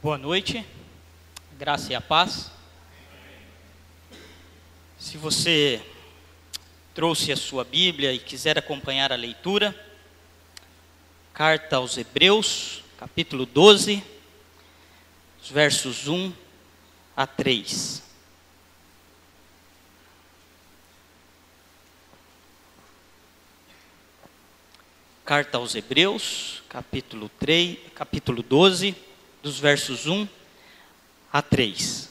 Boa noite, graça e a paz. Se você trouxe a sua Bíblia e quiser acompanhar a leitura, carta aos Hebreus, capítulo 12, os versos 1 a 3. Carta aos Hebreus, capítulo 12, dos versos 1 a 3.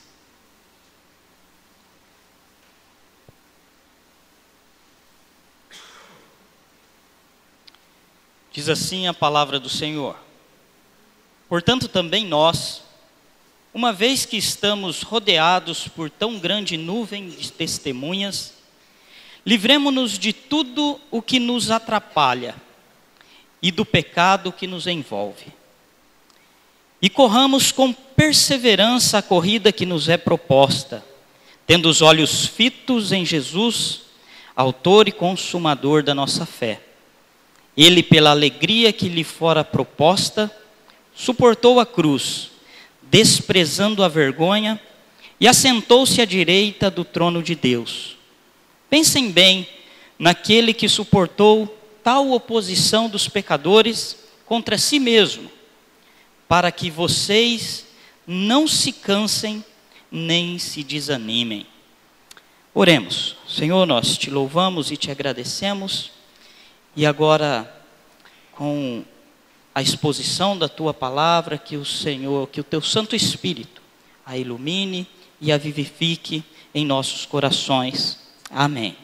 Diz assim a palavra do Senhor: Portanto também nós, uma vez que estamos rodeados por tão grande nuvem de testemunhas, livremo-nos de tudo o que nos atrapalha e do pecado que nos envolve. E corramos com perseverança a corrida que nos é proposta, tendo os olhos fitos em Jesus, autor e consumador da nossa fé. Ele, pela alegria que lhe fora proposta, suportou a cruz, desprezando a vergonha, e assentou-se à direita do trono de Deus. Pensem bem naquele que suportou tal oposição dos pecadores contra si mesmo, para que vocês não se cansem nem se desanimem. Oremos. Senhor, nós te louvamos e te agradecemos, e agora, com a exposição da tua palavra, que o Senhor, que o teu Santo Espírito a ilumine e a vivifique em nossos corações. Amém.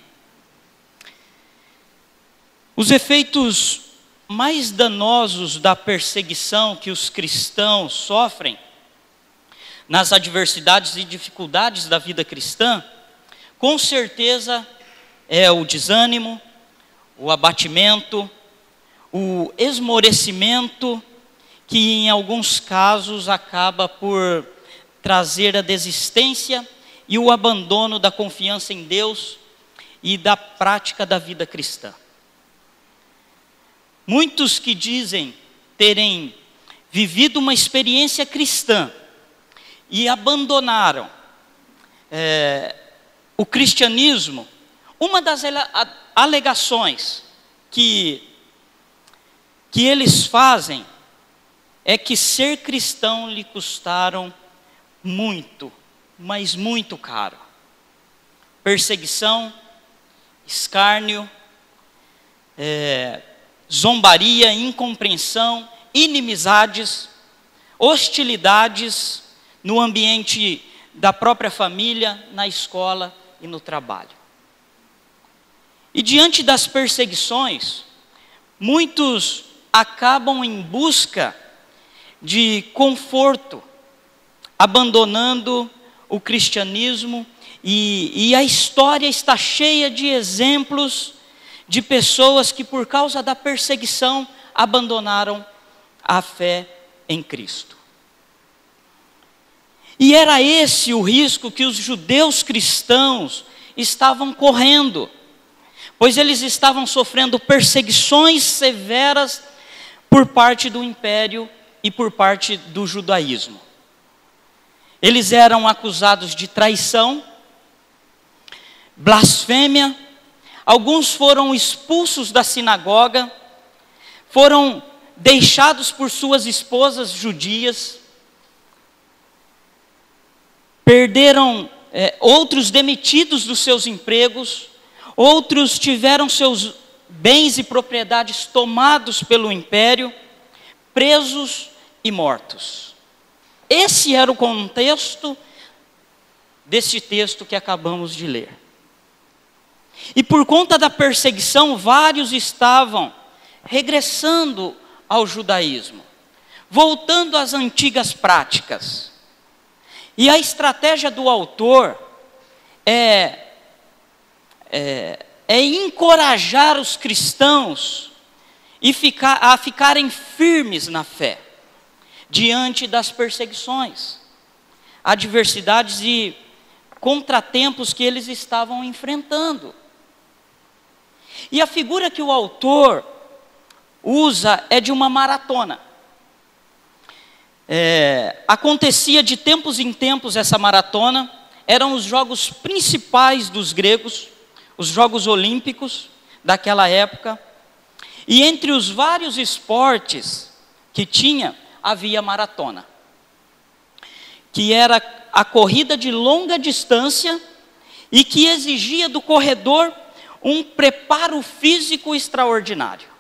Os efeitos mais danosos da perseguição que os cristãos sofrem nas adversidades e dificuldades da vida cristã, com certeza é o desânimo, o abatimento, o esmorecimento, que em alguns casos acaba por trazer a desistência e o abandono da confiança em Deus e da prática da vida cristã. Muitos que dizem terem vivido uma experiência cristã e abandonaram o cristianismo, uma das alegações que eles fazem é que ser cristão lhe custaram muito, mas muito caro. Perseguição, escárnio, zombaria, incompreensão, inimizades, hostilidades no ambiente da própria família, na escola e no trabalho. E diante das perseguições, muitos acabam em busca de conforto, abandonando o cristianismo, e a história está cheia de exemplos de pessoas que por causa da perseguição abandonaram a fé em Cristo. E era esse o risco que os judeus cristãos estavam correndo, pois eles estavam sofrendo perseguições severas por parte do império e por parte do judaísmo. Eles eram acusados de traição, blasfêmia. Alguns foram expulsos da sinagoga, foram deixados por suas esposas judias, perderam outros demitidos dos seus empregos, outros tiveram seus bens e propriedades tomados pelo império, presos e mortos. Esse era o contexto deste texto que acabamos de ler. E por conta da perseguição, vários estavam regressando ao judaísmo, voltando às antigas práticas. E a estratégia do autor é encorajar os cristãos a ficarem firmes na fé, diante das perseguições, adversidades e contratempos que eles estavam enfrentando. E a figura que o autor usa é de uma maratona. Acontecia de tempos em tempos essa maratona, eram os jogos principais dos gregos, os Jogos Olímpicos daquela época, e entre os vários esportes que tinha, havia maratona, que era a corrida de longa distância e que exigia do corredor um preparo físico extraordinário.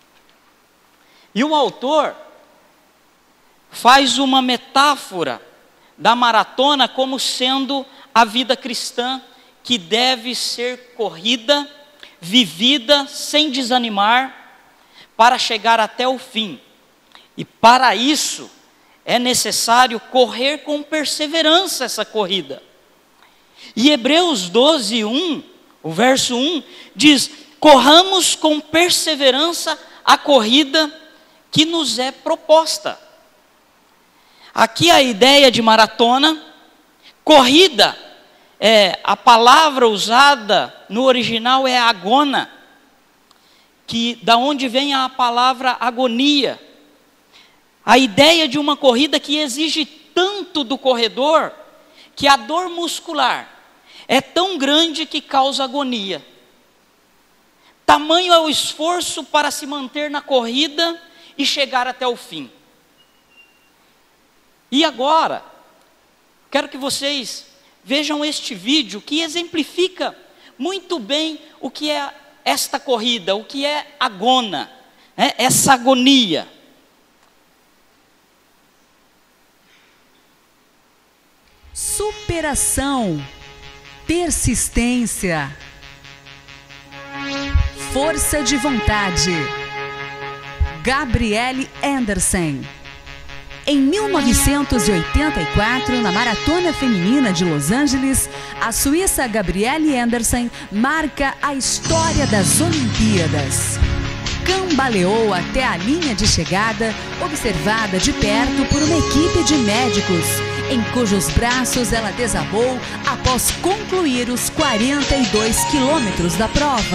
E o autor faz uma metáfora da maratona como sendo a vida cristã, que deve ser corrida, vivida sem desanimar, para chegar até o fim. E para isso é necessário correr com perseverança essa corrida. E Hebreus 12:1, o verso 1, diz: corramos com perseverança a corrida que nos é proposta. Aqui a ideia de maratona, corrida, a palavra usada no original é agona, da onde vem a palavra agonia. A ideia de uma corrida que exige tanto do corredor, que a dor muscular é tão grande que causa agonia. Tamanho é o esforço para se manter na corrida e chegar até o fim. E agora, quero que vocês vejam este vídeo que exemplifica muito bem o que é esta corrida, o que é agona, essa agonia. Superação, persistência, força de vontade. Gabrielle Andersen. Em 1984, na Maratona Feminina de Los Angeles, a suíça Gabrielle Andersen marca a história das Olimpíadas. Cambaleou até a linha de chegada, observada de perto por uma equipe de médicos, em cujos braços ela desabou após concluir os 42 quilômetros da prova.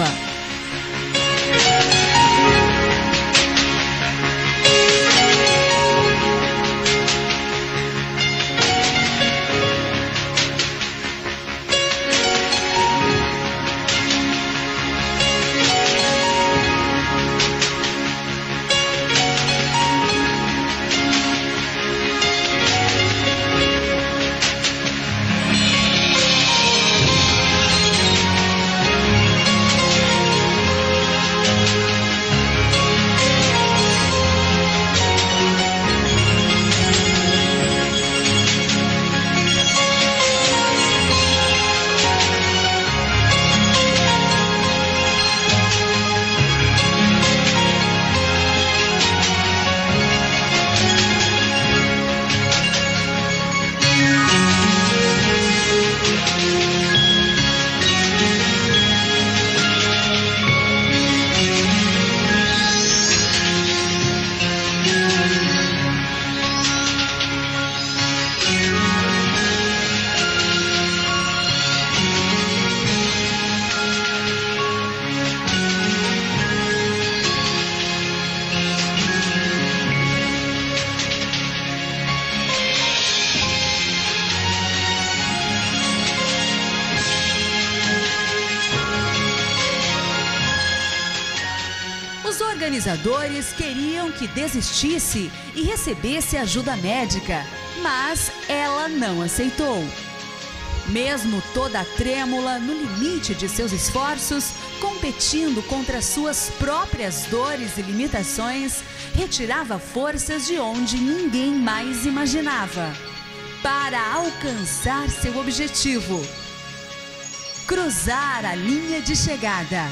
Os organizadores queriam que desistisse e recebesse ajuda médica, mas ela não aceitou. Mesmo toda trêmula, no limite de seus esforços, competindo contra suas próprias dores e limitações, retirava forças de onde ninguém mais imaginava, para alcançar seu objetivo: cruzar a linha de chegada.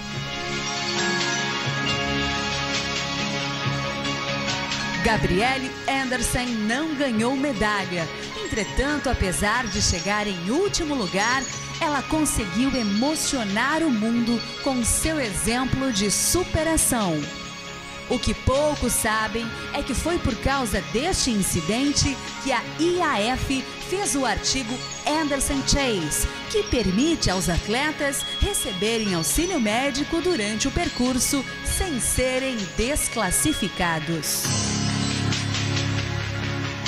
Gabrielle Andersen não ganhou medalha. Entretanto, apesar de chegar em último lugar, ela conseguiu emocionar o mundo com seu exemplo de superação. O que poucos sabem é que foi por causa deste incidente que a IAAF fez o artigo Andersen Chase, que permite aos atletas receberem auxílio médico durante o percurso sem serem desclassificados.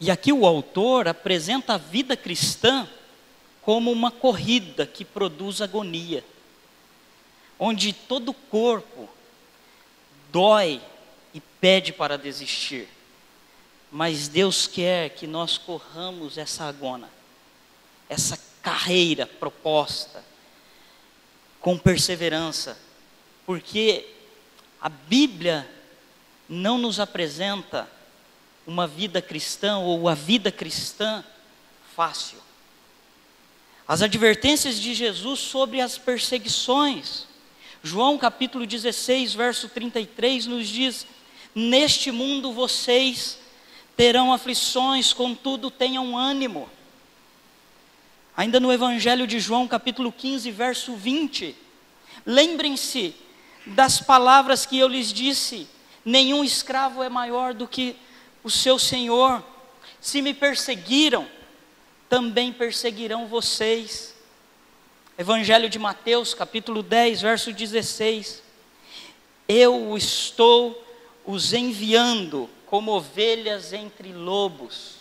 E aqui o autor apresenta a vida cristã como uma corrida que produz agonia, onde todo o corpo dói e pede para desistir. Mas Deus quer que nós corramos essa agona, essa carreira proposta, com perseverança, porque a Bíblia não nos apresenta uma vida cristã ou a vida cristã fácil. As advertências de Jesus sobre as perseguições, João capítulo 16, verso 33 nos diz: neste mundo vocês terão aflições, contudo tenham ânimo. Ainda no Evangelho de João capítulo 15, verso 20, lembrem-se das palavras que eu lhes disse: nenhum escravo é maior do que o seu senhor. Se me perseguiram, também perseguirão vocês. Evangelho de Mateus, capítulo 10, verso 16. Eu estou os enviando como ovelhas entre lobos.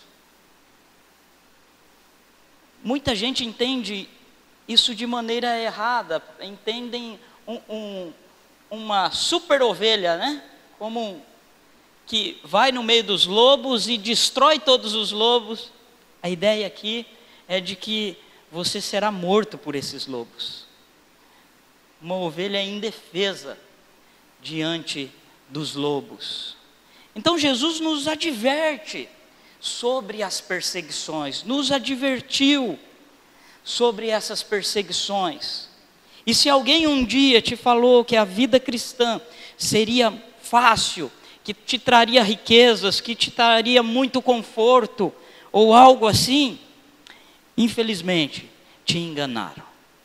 Muita gente entende isso de maneira errada, entendem uma super ovelha, né? Como que vai no meio dos lobos e destrói todos os lobos. A ideia aqui é de que você será morto por esses lobos. Uma ovelha indefesa diante dos lobos. Então Jesus nos adverte sobre as perseguições, nos advertiu sobre essas perseguições. E se alguém um dia te falou que a vida cristã seria fácil, que te traria riquezas, que te traria muito conforto, ou algo assim, infelizmente, te enganaram.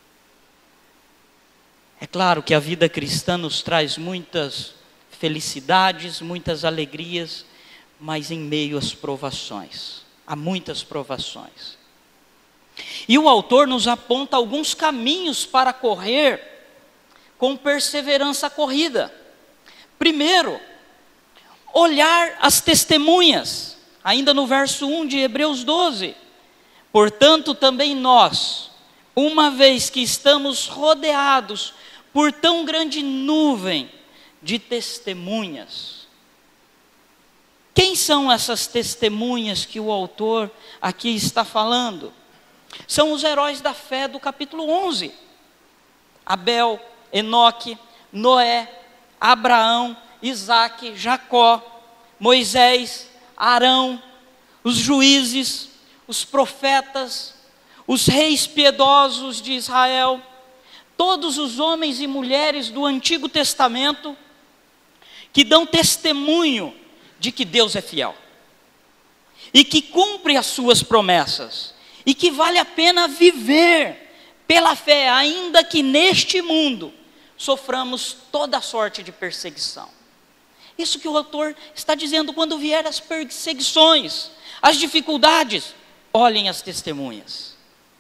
É claro que a vida cristã nos traz muitas felicidades, muitas alegrias, mas em meio às provações, há muitas provações. E o autor nos aponta alguns caminhos para correr com perseverança a corrida. Primeiro, olhar as testemunhas, ainda no verso 1 de Hebreus 12. Portanto, também nós, uma vez que estamos rodeados por tão grande nuvem de testemunhas. Quem são essas testemunhas que o autor aqui está falando? São os heróis da fé do capítulo 11. Abel, Enoque, Noé, Abraão, Isaque, Jacó, Moisés, Arão, os juízes, os profetas, os reis piedosos de Israel, todos os homens e mulheres do Antigo Testamento que dão testemunho de que Deus é fiel e que cumpre as suas promessas e que vale a pena viver pela fé, ainda que neste mundo soframos toda sorte de perseguição. Isso que o autor está dizendo: quando vier as perseguições, as dificuldades, olhem as testemunhas.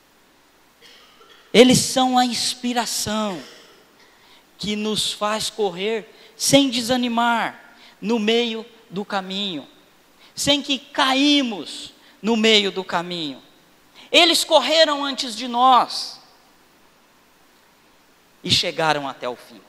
Eles são a inspiração que nos faz correr sem desanimar no meio do caminho, sem que caímos no meio do caminho. Eles correram antes de nós e chegaram até o fim.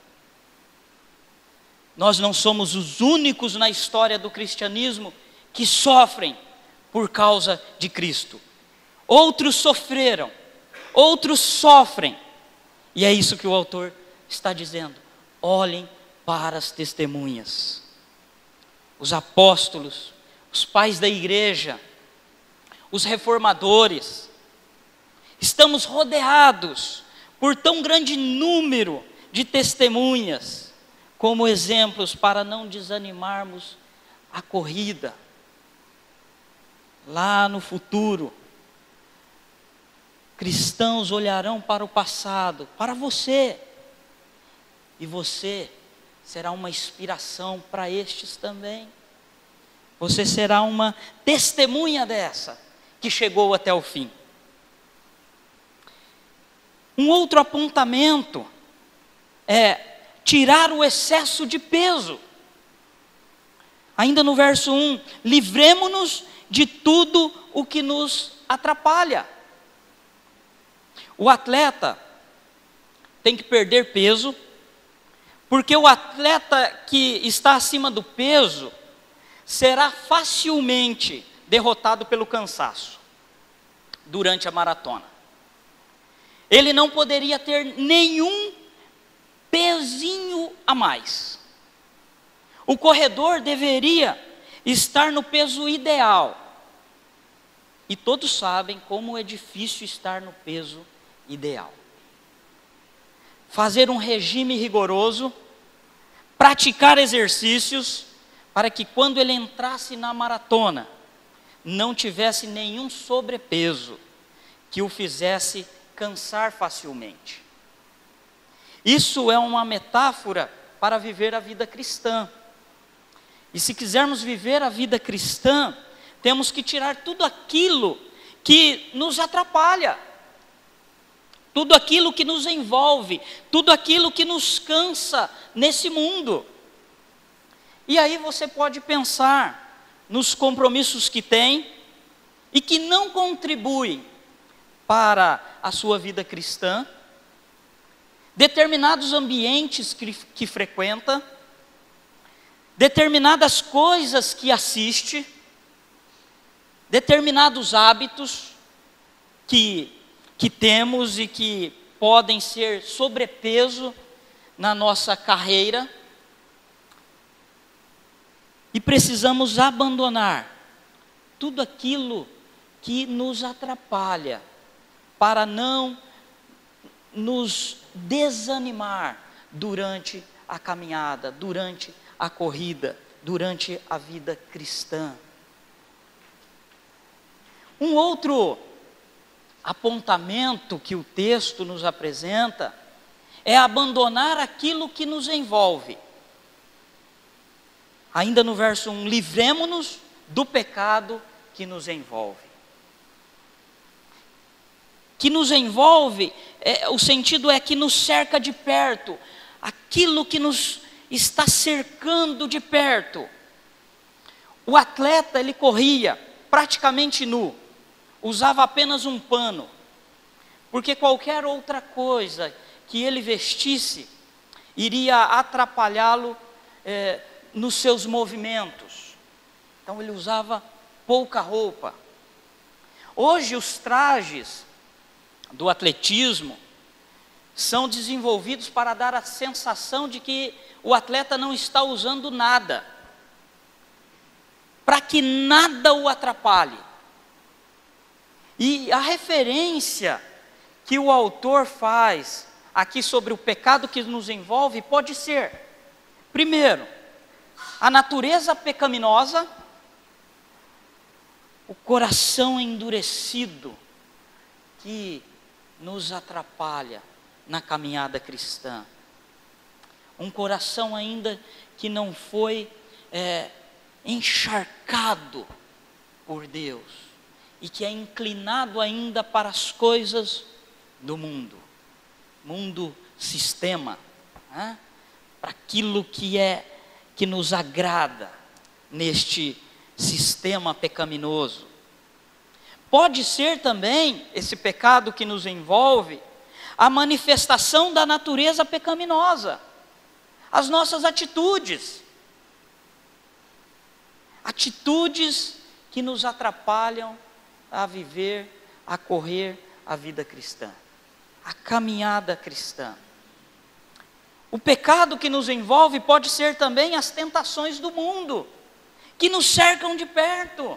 Nós não somos os únicos na história do cristianismo que sofrem por causa de Cristo. Outros sofreram, outros sofrem. E é isso que o autor está dizendo. Olhem para as testemunhas. Os apóstolos, os pais da igreja, os reformadores. Estamos rodeados por tão grande número de testemunhas, como exemplos para não desanimarmos a corrida. Lá no futuro, cristãos olharão para o passado, para você, e você será uma inspiração para estes também. Você será uma testemunha dessa, que chegou até o fim. Um outro apontamento é tirar o excesso de peso. Ainda no verso 1, livremo-nos de tudo o que nos atrapalha. O atleta tem que perder peso, porque o atleta que está acima do peso será facilmente derrotado pelo cansaço durante a maratona. Ele não poderia ter nenhum pezinho a mais. O corredor deveria estar no peso ideal. E todos sabem como é difícil estar no peso ideal. Fazer um regime rigoroso, praticar exercícios, para que quando ele entrasse na maratona, não tivesse nenhum sobrepeso que o fizesse cansar facilmente. Isso é uma metáfora para viver a vida cristã. E se quisermos viver a vida cristã, temos que tirar tudo aquilo que nos atrapalha, tudo aquilo que nos envolve, tudo aquilo que nos cansa nesse mundo. E aí você pode pensar nos compromissos que tem e que não contribuem para a sua vida cristã, determinados ambientes que frequenta, determinadas coisas que assiste, determinados hábitos que temos e que podem ser sobrepeso na nossa carreira, e precisamos abandonar tudo aquilo que nos atrapalha, para não nos desanimar durante a caminhada, durante a corrida, durante a vida cristã. Um outro apontamento que o texto nos apresenta é abandonar aquilo que nos envolve. Ainda no verso 1, livremo-nos do pecado que nos envolve. Que nos envolve, o sentido é que nos cerca de perto, aquilo que nos está cercando de perto. O atleta, ele corria praticamente nu, usava apenas um pano, porque qualquer outra coisa que ele vestisse iria atrapalhá-lo nos seus movimentos. Então ele usava pouca roupa. Hoje os trajes do atletismo são desenvolvidos para dar a sensação de que o atleta não está usando nada, para que nada o atrapalhe. E a referência que o autor faz aqui sobre o pecado que nos envolve pode ser, primeiro, a natureza pecaminosa, o coração endurecido que nos atrapalha na caminhada cristã. Um coração ainda que não foi encharcado por Deus e que é inclinado ainda para as coisas do mundo, sistema, para aquilo que nos agrada neste sistema pecaminoso. Pode ser também, esse pecado que nos envolve, a manifestação da natureza pecaminosa, as nossas atitudes que nos atrapalham a viver, a correr a vida cristã, a caminhada cristã. O pecado que nos envolve pode ser também as tentações do mundo, que nos cercam de perto.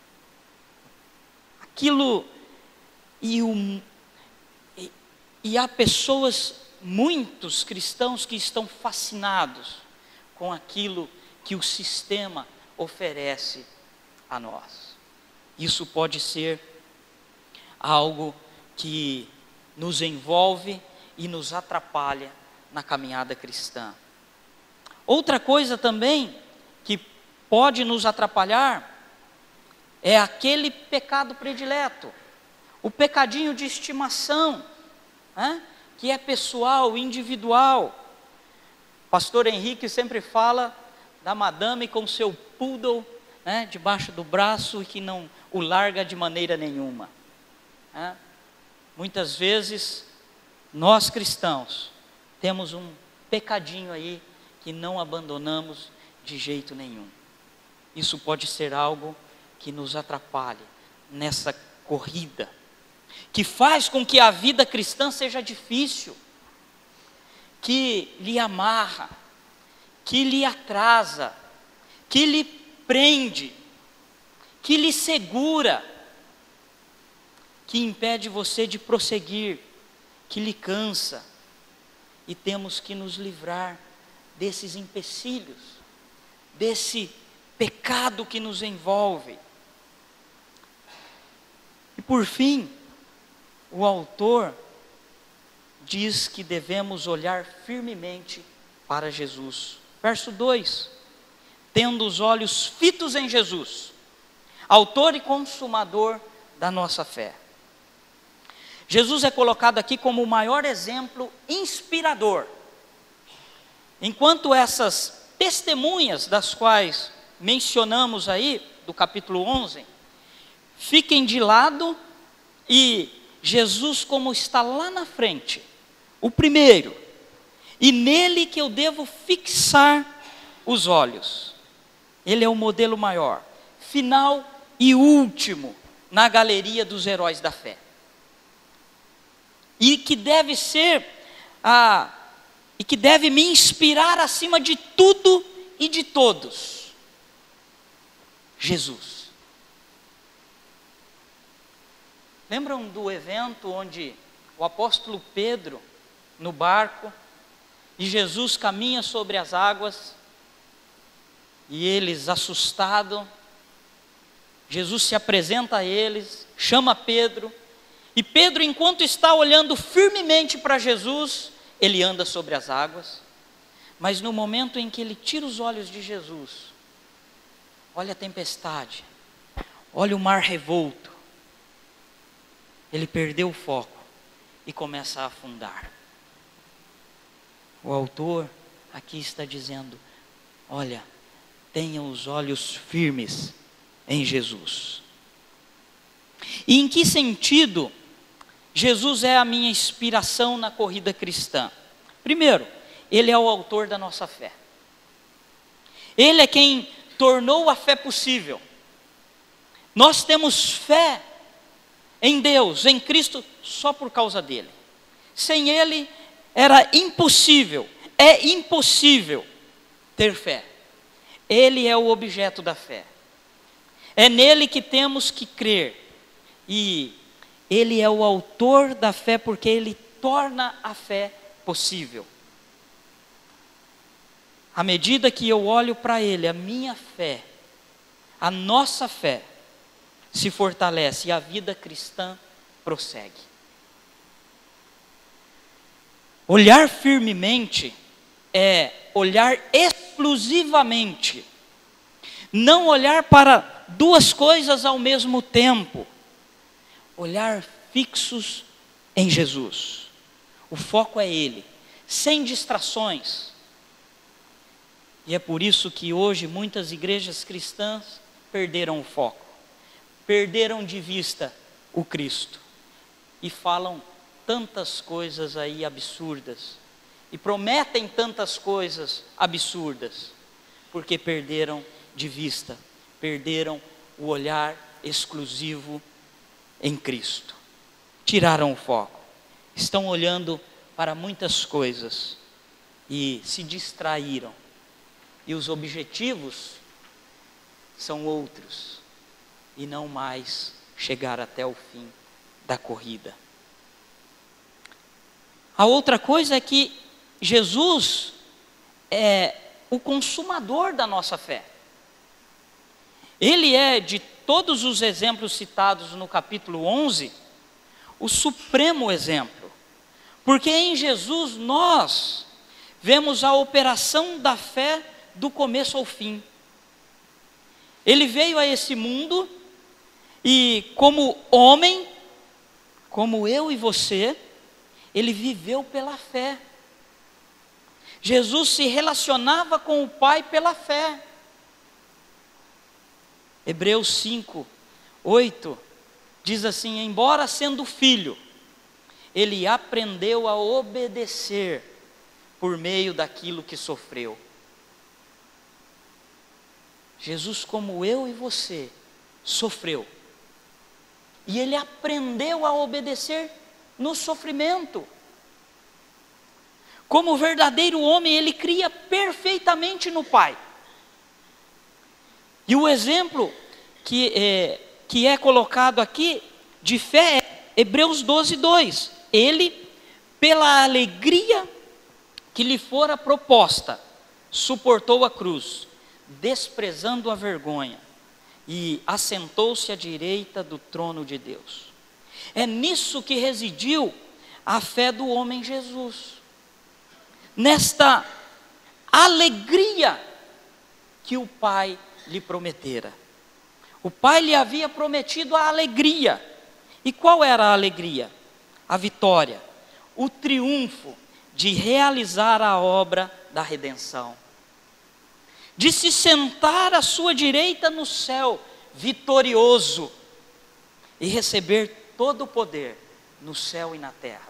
E há pessoas, muitos cristãos que estão fascinados com aquilo que o sistema oferece a nós. Isso pode ser algo que nos envolve e nos atrapalha na caminhada cristã. Outra coisa também que pode nos atrapalhar é aquele pecado predileto, o pecadinho de estimação, que é pessoal, individual. Pastor Henrique sempre fala da madame com seu poodle, né, debaixo do braço e que não o larga de maneira nenhuma. Né? Muitas vezes, nós cristãos, temos um pecadinho aí que não abandonamos de jeito nenhum. Isso pode ser algo que nos atrapalhe nessa corrida, que faz com que a vida cristã seja difícil, que lhe amarra, que lhe atrasa, que lhe prende, que lhe segura, que impede você de prosseguir, que lhe cansa. E temos que nos livrar desses empecilhos, desse pecado que nos envolve. E por fim, o autor diz que devemos olhar firmemente para Jesus. Verso 2: tendo os olhos fitos em Jesus, autor e consumador da nossa fé. Jesus é colocado aqui como o maior exemplo inspirador. Enquanto essas testemunhas das quais mencionamos aí, do capítulo 11, fiquem de lado e Jesus como está lá na frente, o primeiro, e nele que eu devo fixar os olhos. Ele é o modelo maior, final e último na galeria dos heróis da fé. E que deve ser e que deve me inspirar acima de tudo e de todos. Jesus. Lembram do evento onde o apóstolo Pedro, no barco, e Jesus caminha sobre as águas, e eles, assustados, Jesus se apresenta a eles, chama Pedro, e Pedro, enquanto está olhando firmemente para Jesus, ele anda sobre as águas, mas no momento em que ele tira os olhos de Jesus, olha a tempestade, olha o mar revolto, ele perdeu o foco e começa a afundar. O autor aqui está dizendo: olha, tenha os olhos firmes em Jesus. E em que sentido Jesus é a minha inspiração na corrida cristã? Primeiro, Ele é o autor da nossa fé. Ele é quem tornou a fé possível. Nós temos fé em Deus, em Cristo, só por causa dele. Sem Ele era impossível, é impossível ter fé. Ele é o objeto da fé. É nele que temos que crer. E Ele é o autor da fé porque Ele torna a fé possível. À medida que eu olho para Ele, a minha fé, a nossa fé, se fortalece e a vida cristã prossegue. Olhar firmemente é olhar exclusivamente, não olhar para duas coisas ao mesmo tempo, olhar fixos em Jesus. O foco é Ele, sem distrações. E é por isso que hoje muitas igrejas cristãs perderam o foco, perderam de vista o Cristo e falam tantas coisas aí absurdas e prometem tantas coisas absurdas, porque perderam de vista, perderam o olhar exclusivo em Cristo, tiraram o foco, estão olhando para muitas coisas e se distraíram, e os objetivos são outros, e não mais chegar até o fim da corrida. A outra coisa é que Jesus é o consumador da nossa fé. Ele é, de todos os exemplos citados no capítulo 11, o supremo exemplo. Porque em Jesus nós vemos a operação da fé do começo ao fim. Ele veio a esse mundo e, como homem, como eu e você, ele viveu pela fé. Jesus se relacionava com o Pai pela fé. Hebreus 5:8 diz assim: embora sendo filho, ele aprendeu a obedecer por meio daquilo que sofreu. Jesus, como eu e você, sofreu. E ele aprendeu a obedecer no sofrimento. Como verdadeiro homem, ele cria perfeitamente no Pai. E o exemplo que é colocado aqui de fé é Hebreus 12:2. Ele, pela alegria que lhe fora proposta, suportou a cruz, desprezando a vergonha, e assentou-se à direita do trono de Deus. É nisso que residiu a fé do homem Jesus. Nesta alegria que o Pai lhe prometera. O Pai lhe havia prometido a alegria. E qual era a alegria? A vitória, o triunfo de realizar a obra da redenção, de se sentar à sua direita no céu, vitorioso, e receber todo o poder no céu e na terra.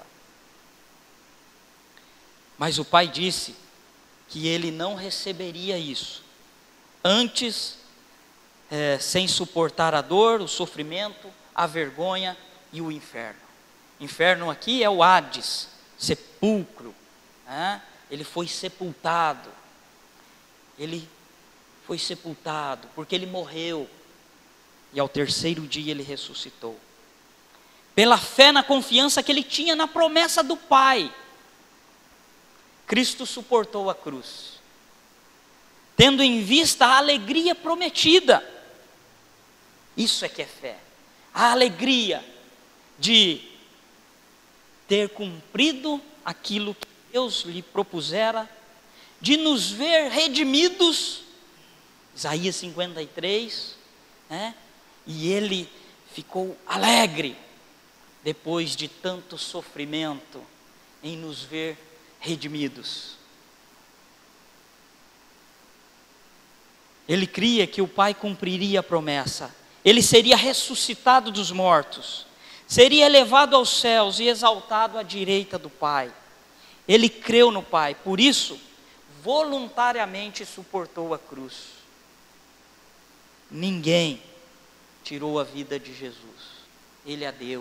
Mas o Pai disse que ele não receberia isso antes, sem suportar a dor, o sofrimento, a vergonha e o inferno. Inferno aqui é o Hades, sepulcro, né? Ele foi sepultado. Ele foi sepultado porque ele morreu e ao terceiro dia ele ressuscitou. Pela fé na confiança que ele tinha na promessa do Pai, Cristo suportou a cruz, tendo em vista a alegria prometida. Isso é que é fé. A alegria de ter cumprido aquilo que Deus lhe propusera, de nos ver redimidos, Isaías 53, né? E ele ficou alegre, depois de tanto sofrimento, em nos ver redimidos. Ele cria que o Pai cumpriria a promessa. Ele seria ressuscitado dos mortos, seria elevado aos céus e exaltado à direita do Pai. Ele creu no Pai, por isso, voluntariamente suportou a cruz. Ninguém tirou a vida de Jesus, ele a deu,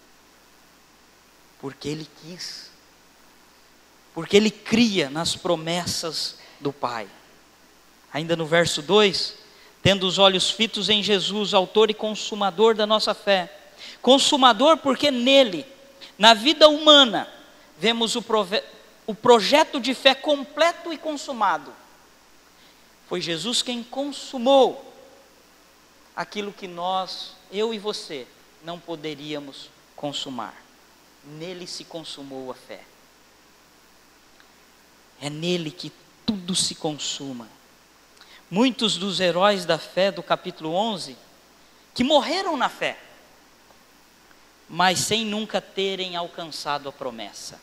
porque ele quis, porque ele cria nas promessas do Pai. Ainda no verso 2, tendo os olhos fitos em Jesus, autor e consumador da nossa fé. Consumador porque nele, na vida humana, vemos o projeto de fé completo e consumado. Foi Jesus quem consumou aquilo que nós, eu e você, não poderíamos consumar. Nele se consumou a fé. É nele que tudo se consuma. Muitos dos heróis da fé do capítulo 11, que morreram na fé, mas sem nunca terem alcançado a promessa.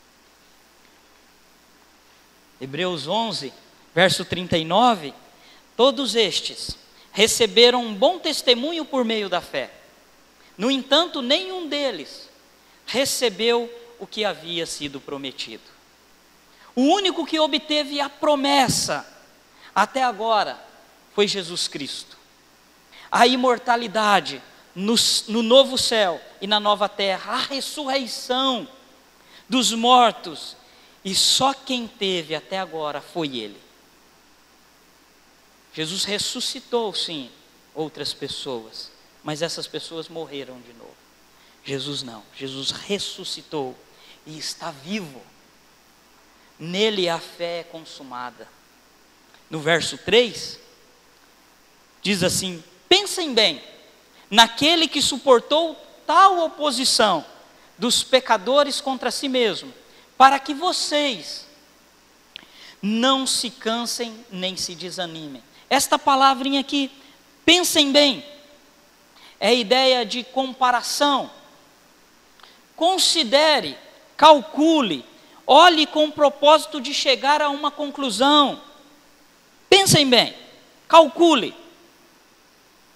Hebreus 11, verso 39, todos estes receberam um bom testemunho por meio da fé. No entanto, nenhum deles recebeu o que havia sido prometido. O único que obteve a promessa até agora foi Jesus Cristo. A imortalidade no novo céu e na nova terra, a ressurreição dos mortos, e só quem teve até agora foi Ele. Jesus ressuscitou, sim, outras pessoas, mas essas pessoas morreram de novo. Jesus não, Jesus ressuscitou e está vivo. Nele a fé é consumada. No verso 3, diz assim: pensem bem, naquele que suportou tal oposição dos pecadores contra si mesmo, para que vocês não se cansem nem se desanimem. Esta palavrinha aqui, pensem bem, é a ideia de comparação. Considere, calcule, olhe com o propósito de chegar a uma conclusão. Pensem bem, calcule.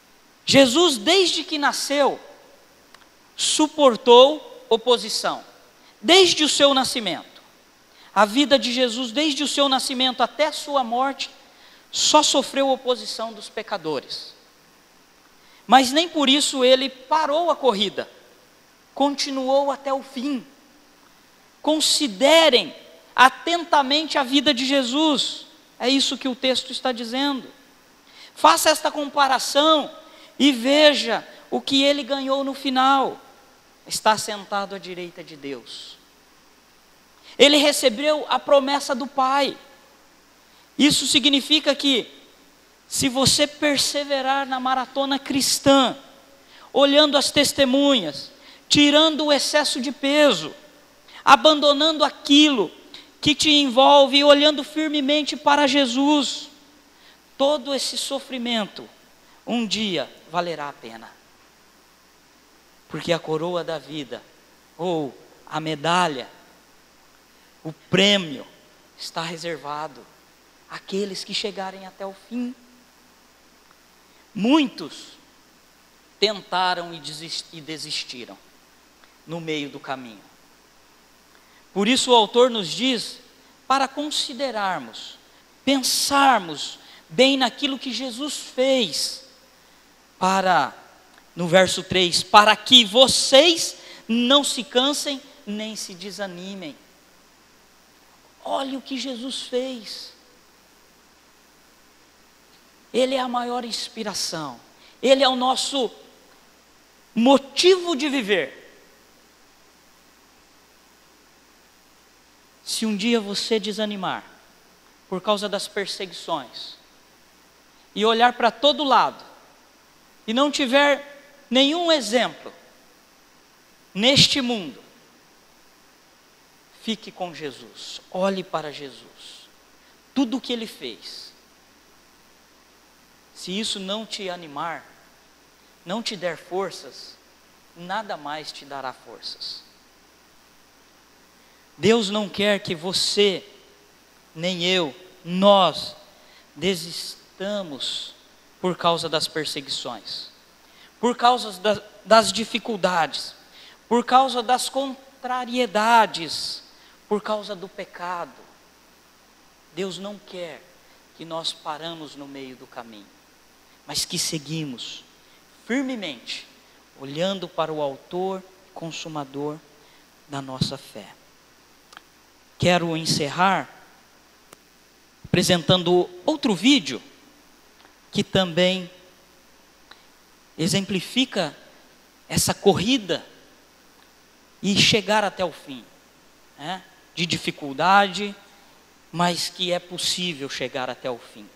Jesus, desde que nasceu, suportou oposição, desde o seu nascimento. A vida de Jesus, desde o seu nascimento até a sua morte, só sofreu oposição dos pecadores. Mas nem por isso ele parou a corrida, continuou até o fim. Considerem atentamente a vida de Jesus, é isso que o texto está dizendo. Faça esta comparação e veja o que ele ganhou no final. Está sentado à direita de Deus. Ele recebeu a promessa do Pai. Isso significa que, se você perseverar na maratona cristã, olhando as testemunhas, tirando o excesso de peso, abandonando aquilo que te envolve e olhando firmemente para Jesus, todo esse sofrimento um dia valerá a pena. Porque a coroa da vida, ou a medalha, o prêmio, está reservado àqueles que chegarem até o fim. Muitos tentaram e desistiram no meio do caminho. Por isso o autor nos diz para considerarmos, pensarmos bem naquilo que Jesus fez, no verso 3, para que vocês não se cansem nem se desanimem. Olhe o que Jesus fez. Ele é a maior inspiração. Ele é o nosso motivo de viver. Se um dia você desanimar por causa das perseguições e olhar para todo lado e não tiver nenhum exemplo neste mundo, fique com Jesus, olhe para Jesus, tudo o que Ele fez. Se isso não te animar, não te der forças, nada mais te dará forças. Deus não quer que você, nem eu, nós, desistamos por causa das perseguições, por causa das dificuldades, por causa das contrariedades, por causa do pecado. Deus não quer que nós paramos no meio do caminho, mas que seguimos firmemente, olhando para o autor e consumador da nossa fé. Quero encerrar apresentando outro vídeo que também exemplifica essa corrida e chegar até o fim, né? De dificuldade, mas que é possível chegar até o fim.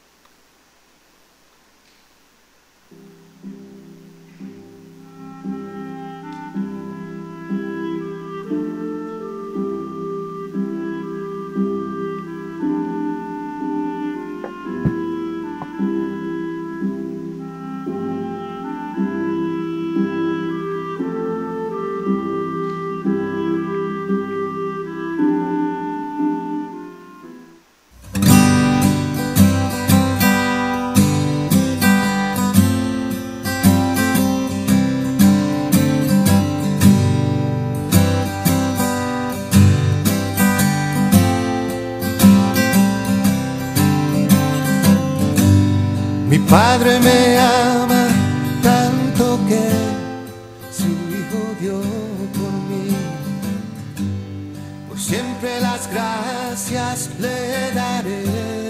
Mi padre me ama tanto que su hijo dio por mí. Por siempre las gracias le daré.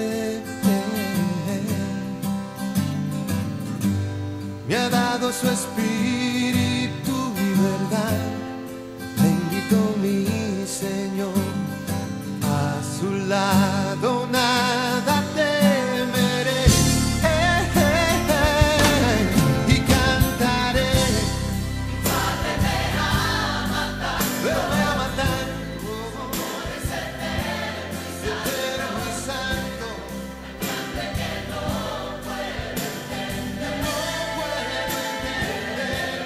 Me ha dado su espíritu y verdad. Bendito mi Señor, a su lado nada temeré. Y cantaré. Mi Padre me ama tanto, me ama tanto. Amor es eterno y santo, tan grande que no puedo entender. No puedo entender.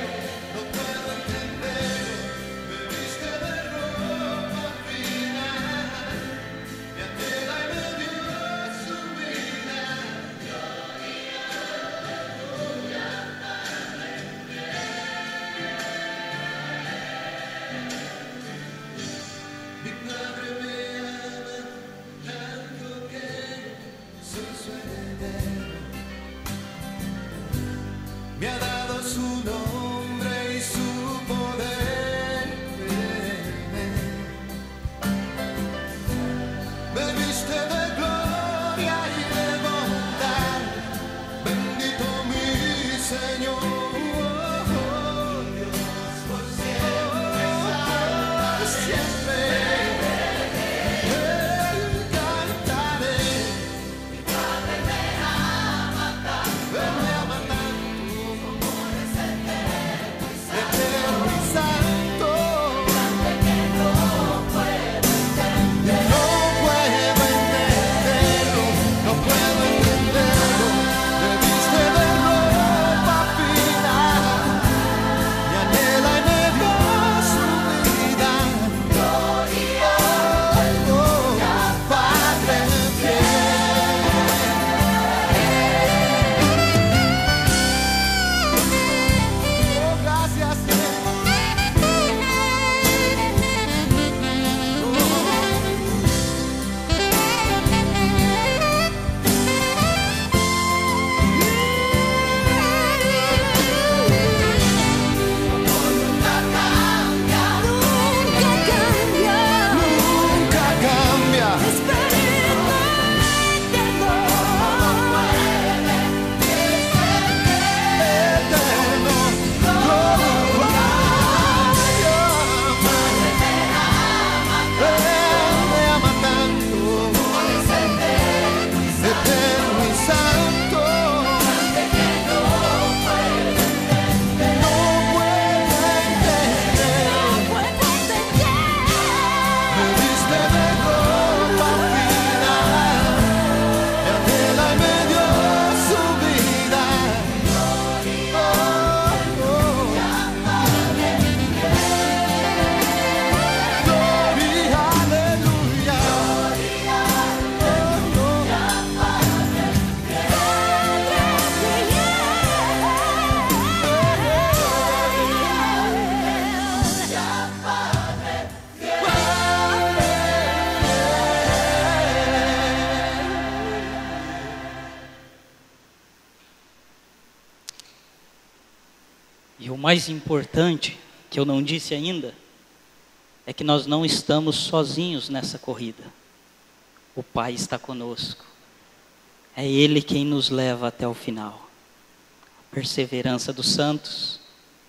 mais importante, que eu não disse ainda, é que nós não estamos sozinhos nessa corrida. O Pai está conosco. É Ele quem nos leva até o final. A perseverança dos santos.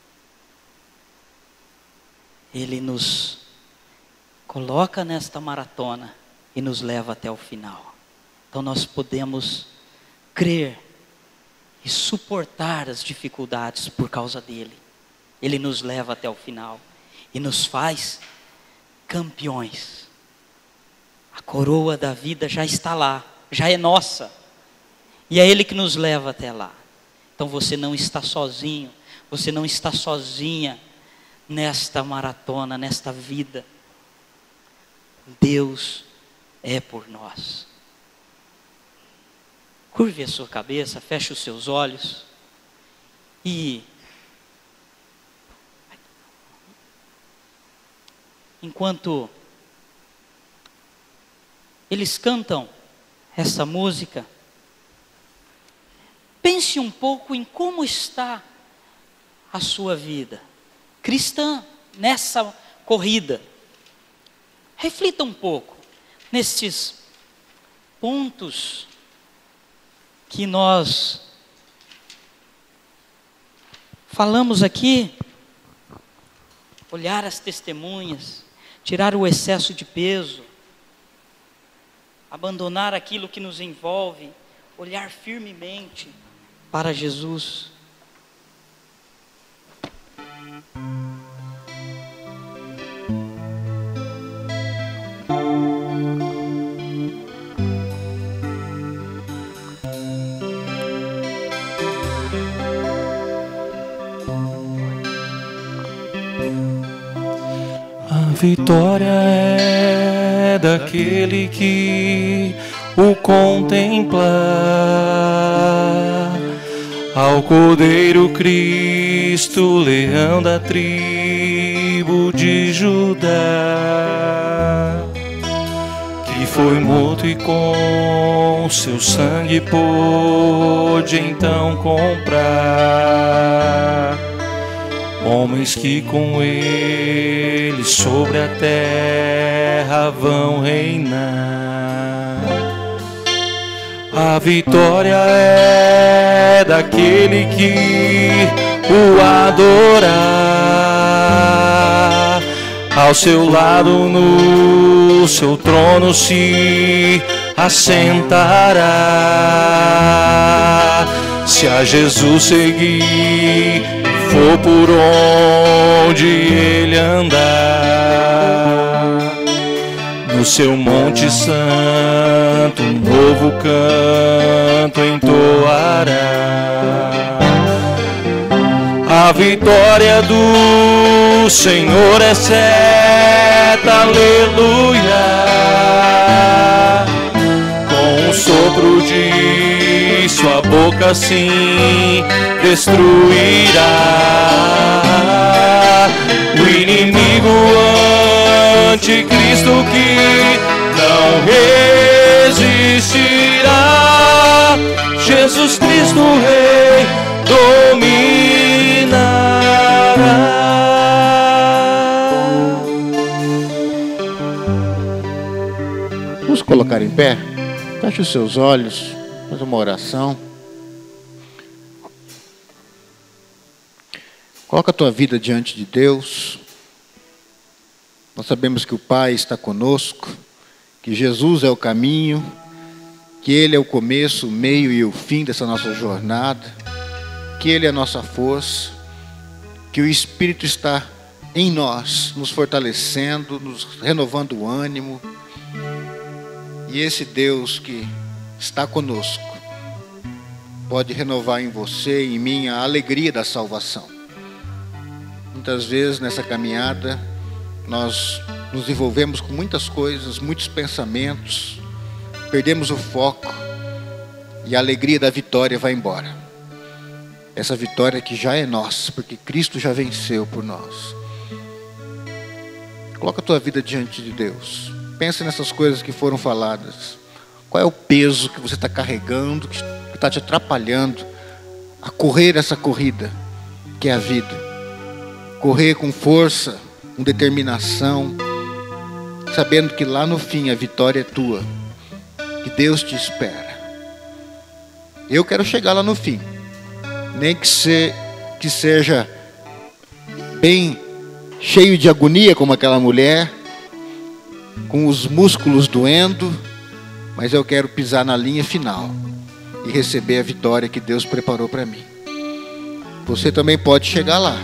Ele nos coloca nesta maratona e nos leva até o final. Então nós podemos crer e suportar as dificuldades por causa dele. Ele nos leva até o final e nos faz campeões. A coroa da vida já está lá, já é nossa. E é Ele que nos leva até lá. Então você não está sozinho, você não está sozinha nesta maratona, nesta vida. Deus é por nós. Curve a sua cabeça, feche os seus olhos e enquanto eles cantam essa música, pense um pouco em como está a sua vida cristã nessa corrida. Reflita um pouco nestes pontos que nós falamos aqui. Olhar as testemunhas, tirar o excesso de peso, abandonar aquilo que nos envolve, olhar firmemente para Jesus. A vitória é daquele que o contempla, ao Cordeiro Cristo, leão da tribo de Judá, que foi morto e com seu sangue pôde então comprar homens que com ele sobre a terra vão reinar. A vitória é daquele que o adorar, ao seu lado no seu trono se assentará. Se a Jesus seguir, for por onde ele andar, no seu monte santo um novo canto entoará. A vitória do Senhor é certa, aleluia. Com um sopro de sua boca sim destruirá o inimigo, anticristo que não resistirá. Jesus Cristo Rei dominará. Vamos colocar em pé, feche os seus olhos, faz uma oração. Coloca a tua vida diante de Deus. Nós sabemos que o Pai está conosco, que Jesus é o caminho, que Ele é o começo, o meio e o fim dessa nossa jornada, que Ele é a nossa força, que o Espírito está em nós, nos fortalecendo, nos renovando o ânimo. E esse Deus que está conosco pode renovar em você e em mim a alegria da salvação. Muitas vezes nessa caminhada nós nos envolvemos com muitas coisas, muitos pensamentos, perdemos o foco e a alegria da vitória vai embora. Essa vitória que já é nossa, porque Cristo já venceu por nós. Coloca a tua vida diante de Deus. Pensa nessas coisas que foram faladas. Qual é o peso que você está carregando, que está te atrapalhando a correr essa corrida, que é a vida? correr com força, com determinação, sabendo que lá no fim a vitória é tua, que Deus te espera. Eu quero chegar lá no fim, nem que seja bem cheio de agonia como aquela mulher, com os músculos doendo, mas eu quero pisar na linha final e receber a vitória que Deus preparou para mim. Você também pode chegar lá.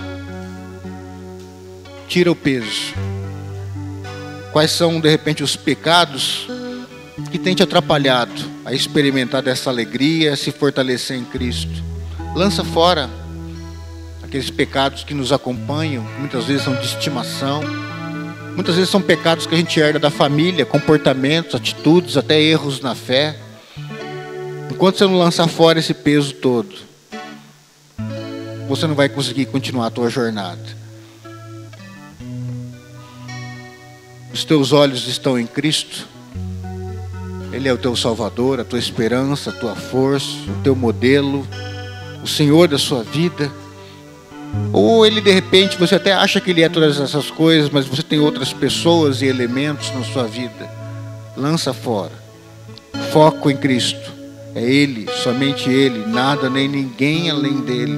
Tira o peso. Quais são, de repente, os pecados que têm te atrapalhado a experimentar dessa alegria, a se fortalecer em Cristo? Lança fora aqueles pecados que nos acompanham, muitas vezes são de estimação, muitas vezes são pecados que a gente herda da família, comportamentos, atitudes, até erros na fé. Enquanto você não lançar fora esse peso todo, você não vai conseguir continuar a tua jornada. Os teus olhos estão em Cristo. Ele é o teu Salvador, a tua esperança, a tua força, o teu modelo, o Senhor da sua vida. Ou ele, de repente, você até acha que ele é todas essas coisas, mas você tem outras pessoas e elementos na sua vida. Lança fora. Foco em Cristo. É Ele, somente Ele, nada nem ninguém além dele.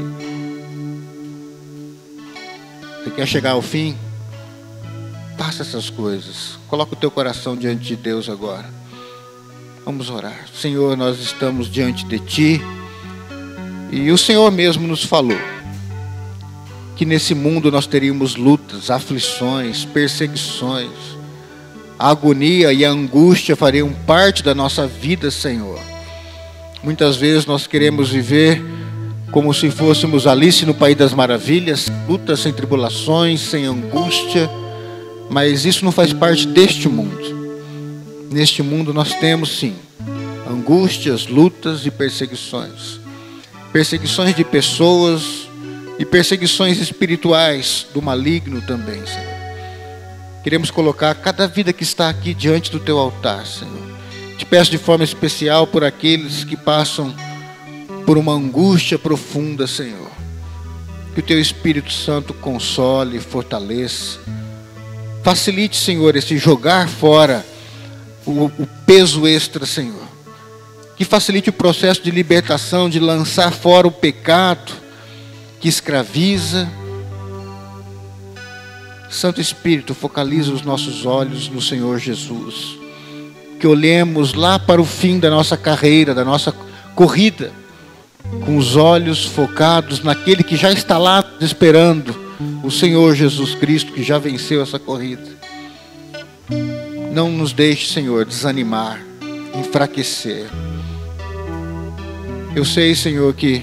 Você quer chegar ao fim? Faça essas coisas. Coloca o teu coração diante de Deus agora. Vamos orar. Senhor, nós estamos diante de Ti. E o Senhor mesmo nos falou que nesse mundo nós teríamos lutas, aflições, perseguições. A agonia e a angústia fariam parte da nossa vida, Senhor. Muitas vezes nós queremos viver como se fôssemos Alice no País das Maravilhas, lutas sem tribulações, sem angústia, mas isso não faz parte deste mundo. Neste mundo nós temos sim angústias, lutas e perseguições. Perseguições de pessoas e perseguições espirituais do maligno também, Senhor. Queremos colocar cada vida que está aqui diante do Teu altar, Senhor. Te peço de forma especial por aqueles que passam por uma angústia profunda, Senhor. Que o Teu Espírito Santo console e fortaleça. Facilite, Senhor, esse jogar fora o peso extra, Senhor. Que facilite o processo de libertação, de lançar fora o pecado que escraviza. Santo Espírito, focaliza os nossos olhos no Senhor Jesus. Que olhemos lá para o fim da nossa carreira, da nossa corrida, com os olhos focados naquele que já está lá esperando, o Senhor Jesus Cristo, que já venceu essa corrida. Não nos deixe, Senhor, desanimar, enfraquecer. Eu sei, Senhor, que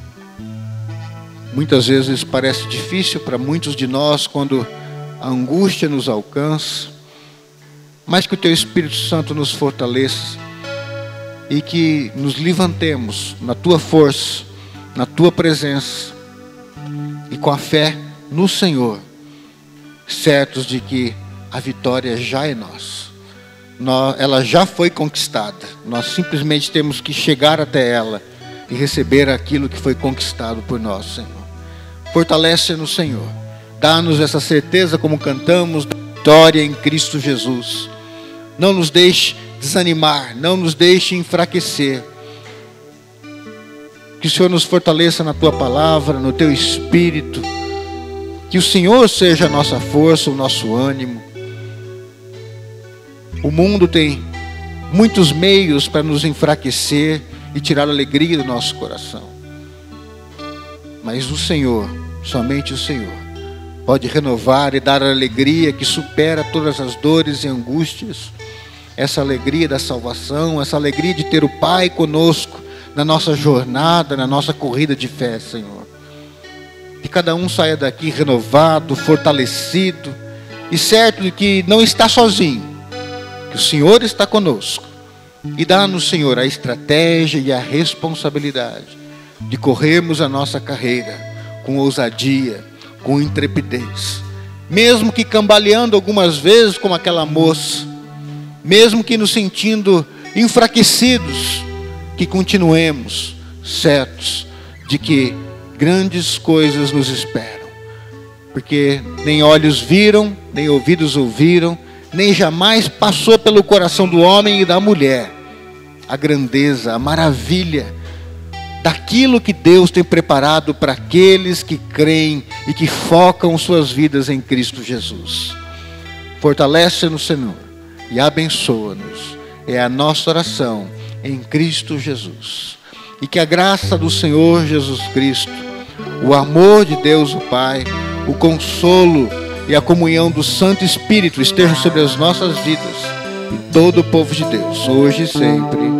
muitas vezes parece difícil para muitos de nós quando a angústia nos alcança, mas que o Teu Espírito Santo nos fortaleça e que nos levantemos na Tua força, na Tua presença e com a fé no Senhor, certos de que a vitória já é nossa. Ela já foi conquistada. Nós simplesmente temos que chegar até ela e receber aquilo que foi conquistado por nós, Senhor. Fortalece-nos, Senhor. Dá-nos essa certeza, como cantamos, da vitória em Cristo Jesus. Não nos deixe desanimar, não nos deixe enfraquecer. Que o Senhor nos fortaleça na Tua palavra, no Teu Espírito. Que o Senhor seja a nossa força, o nosso ânimo. O mundo tem muitos meios para nos enfraquecer e tirar a alegria do nosso coração. Mas o Senhor, somente o Senhor, pode renovar e dar a alegria que supera todas as dores e angústias. Essa alegria da salvação, essa alegria de ter o Pai conosco na nossa jornada, na nossa corrida de fé, Senhor. Que cada um saia daqui renovado, fortalecido e certo de que não está sozinho, que o Senhor está conosco. E dá-nos, Senhor, a estratégia e a responsabilidade de corrermos a nossa carreira com ousadia, com intrepidez. Mesmo que cambaleando algumas vezes como aquela moça, mesmo que nos sentindo enfraquecidos, que continuemos certos de que grandes coisas nos esperam. porque nem olhos viram, nem ouvidos ouviram, nem jamais passou pelo coração do homem e da mulher a grandeza, a maravilha daquilo que Deus tem preparado para aqueles que creem e que focam suas vidas em Cristo Jesus. Fortalece-nos, Senhor, e abençoa-nos. É a nossa oração em Cristo Jesus. E que a graça do Senhor Jesus Cristo, o amor de Deus o Pai, o consolo e a comunhão do Santo Espírito estejam sobre as nossas vidas e todo o povo de Deus, hoje e sempre.